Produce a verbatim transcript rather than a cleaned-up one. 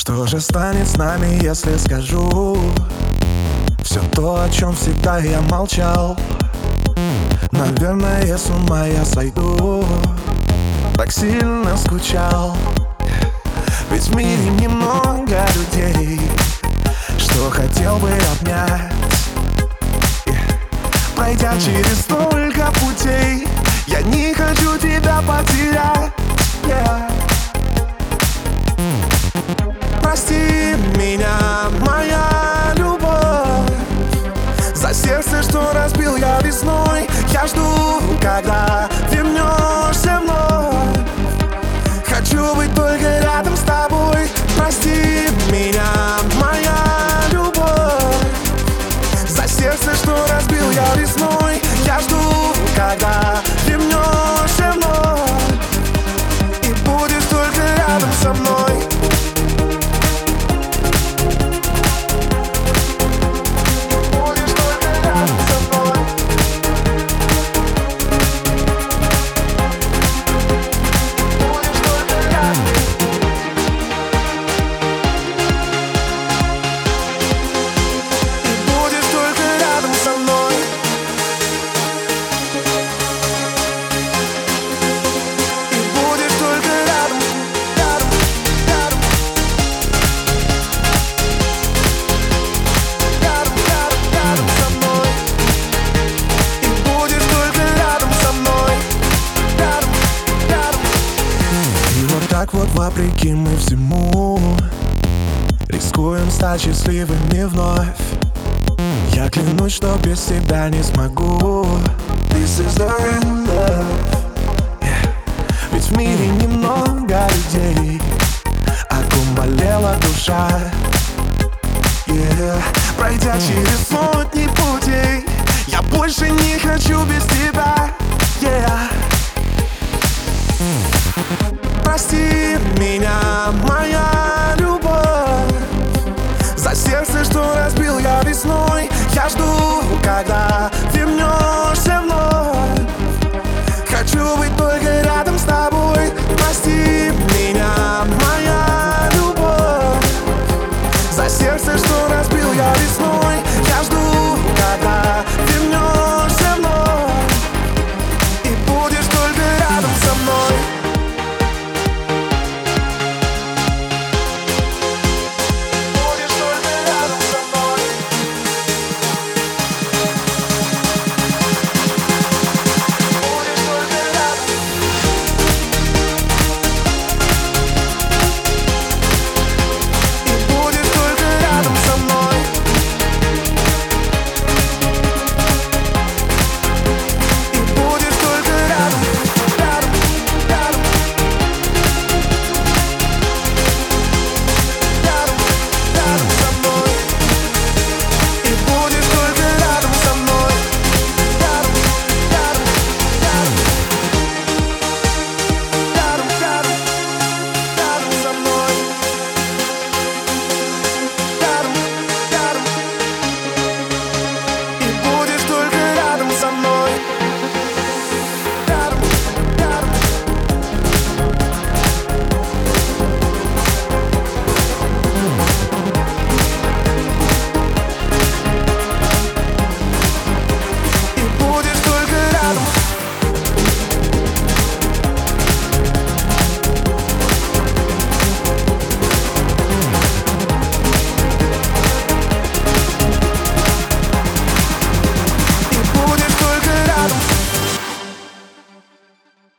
Что же станет с нами, если скажу все то, о чем всегда я молчал? Наверное, с ума я сойду. Так сильно скучал. Ведь в мире немного людей, что хотел бы обнять. Пройдя через столько путей, я не хочу тебя потерять. yeah. Прости меня, моя любовь, за сердце, что разбил я весной. Я жду, когда вернешься вновь. Хочу быть только рядом с тобой. Прости меня, моя любовь, за сердце, что разбил я весной. Я жду, когда вернешься вновь и будешь только рядом со мной. Так вот, вопреки мы всему, рискуем стать счастливыми вновь. Я клянусь, что без тебя не смогу. This is the real love. yeah. Ведь в мире немного людей, о ком болела душа. yeah. Пройдя через сотни путей, я больше не хочу без тебя. yeah. Прости меня, моя любовь, за сердце, что разбил я весной. Я жду, когда